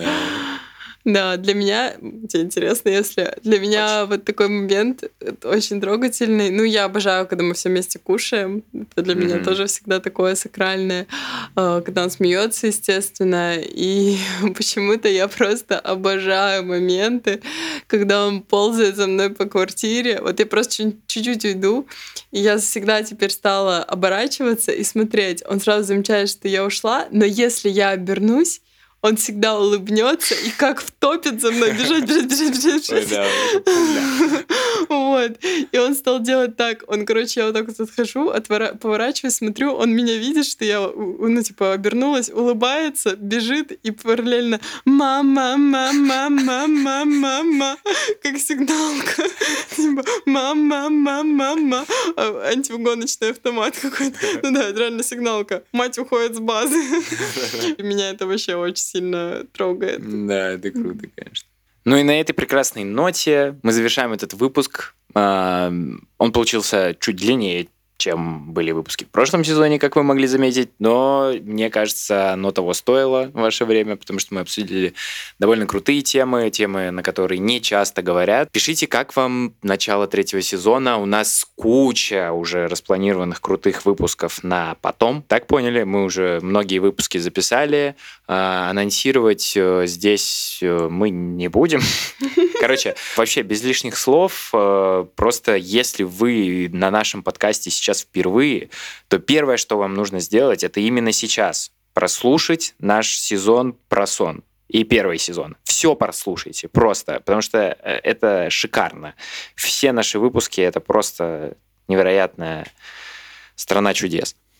Да, для меня, тебе интересно, если... Для меня очень. Вот такой момент очень трогательный. Ну, я обожаю, когда мы все вместе кушаем. Это для mm-hmm. меня тоже всегда такое сакральное. Когда он смеется, естественно. И почему-то я просто обожаю моменты, когда он ползает за мной по квартире. Вот я просто чуть-чуть уйду, и я всегда теперь стала оборачиваться и смотреть. Он сразу замечает, что я ушла, но если я обернусь, он всегда улыбнется и как втопит за мной бежать, бежать, бежать, бежать, бежать. Ой, да, вот. И он стал делать так. Он, короче, я вот так вот отхожу, отвора... поворачиваюсь, смотрю, он меня видит, что я, ну, типа, обернулась, улыбается, бежит и параллельно мама, мама, мама, мама, как сигналка. Типа мама, мама, мама. Антигоночный автомат какой-то. Ну да, это реально сигналка. Мать уходит с базы. Меня это вообще очень сильно трогает. Да, это круто, конечно. Ну и на этой прекрасной ноте мы завершаем этот выпуск. Он получился чуть длиннее, чем были выпуски в прошлом сезоне, как вы могли заметить, но мне кажется, оно того стоило в ваше время, потому что мы обсудили довольно крутые темы, темы, на которые не часто говорят. Пишите, как вам начало третьего сезона. У нас куча уже распланированных крутых выпусков на потом. Так поняли? Мы уже многие выпуски записали. Анонсировать здесь мы не будем. Короче, вообще без лишних слов, просто если вы на нашем подкасте сейчас впервые, то первое, что вам нужно сделать, это именно сейчас прослушать наш сезон про сон. И первый сезон. Все прослушайте, просто, потому что это шикарно. Все наши выпуски — это просто невероятная страна чудес.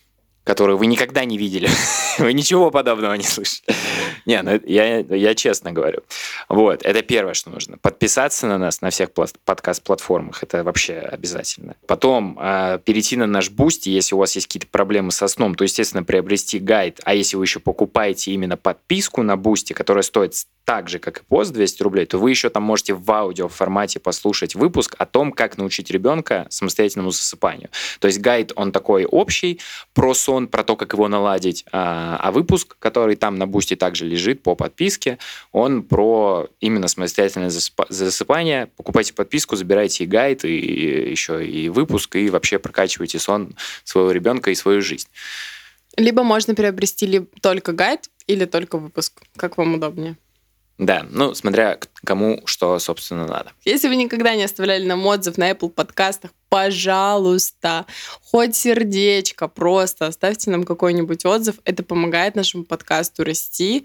которую вы никогда не видели. Вы ничего подобного не слышали. Не, ну я, я честно говорю. Вот, это первое, что нужно. Подписаться на нас на всех подкаст-платформах. Это вообще обязательно. Потом э, перейти на наш Boosty, если у вас есть какие-то проблемы со сном, то, естественно, приобрести гайд. А если вы еще покупаете именно подписку на Boosty, которая стоит так же, как и пост, двести рублей, то вы еще там можете в аудиоформате послушать выпуск о том, как научить ребенка самостоятельному засыпанию. То есть гайд, он такой общий, про сон, про то, как его наладить, а, а выпуск, который там на Boosty также лежит по подписке, он про именно самостоятельное засыпание. Покупайте подписку, забирайте и гайд, и еще и выпуск, и вообще прокачивайте сон своего ребенка и свою жизнь. Либо можно приобрести либо только гайд или только выпуск, как вам удобнее. Да, ну, смотря кому что, собственно, надо. Если вы никогда не оставляли нам отзыв на Apple подкастах, пожалуйста, хоть сердечко, просто оставьте нам какой-нибудь отзыв. Это помогает нашему подкасту расти.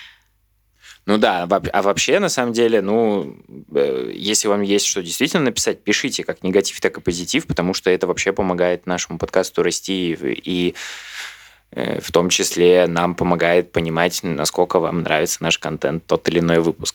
Ну да, а вообще, на самом деле, ну, если вам есть что действительно написать, пишите как негатив, так и позитив, потому что это вообще помогает нашему подкасту расти и... в том числе нам помогает понимать, насколько вам нравится наш контент, тот или иной выпуск.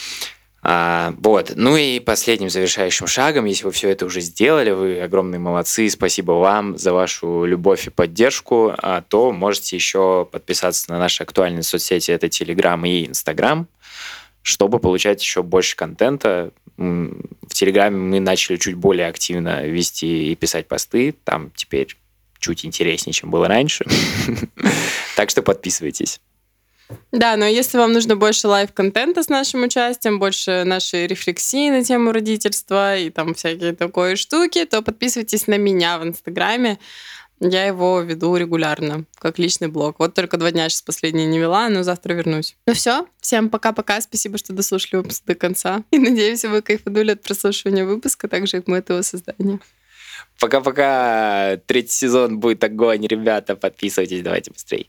А, вот. Ну и последним завершающим шагом, если вы все это уже сделали, вы огромные молодцы, спасибо вам за вашу любовь и поддержку, а, то можете еще подписаться на наши актуальные соцсети, это Telegram и Instagram, чтобы получать еще больше контента. В Телеграме мы начали чуть более активно вести и писать посты, там теперь чуть интереснее, чем было раньше. Так что подписывайтесь. Да, но если вам нужно больше лайв-контента с нашим участием, больше нашей рефлексии на тему родительства и там всякие такой штуки, то подписывайтесь на меня в Инстаграме. Я его веду регулярно, как личный блог. Вот только два дня сейчас последние не вела, но завтра вернусь. Ну все, всем пока-пока. Спасибо, что дослушали выпуск до конца. И надеюсь, вы кайфанули от прослушивания выпуска, так же, как мы от его создания. Пока-пока. Третий сезон будет огонь, ребята. Подписывайтесь, давайте быстрее.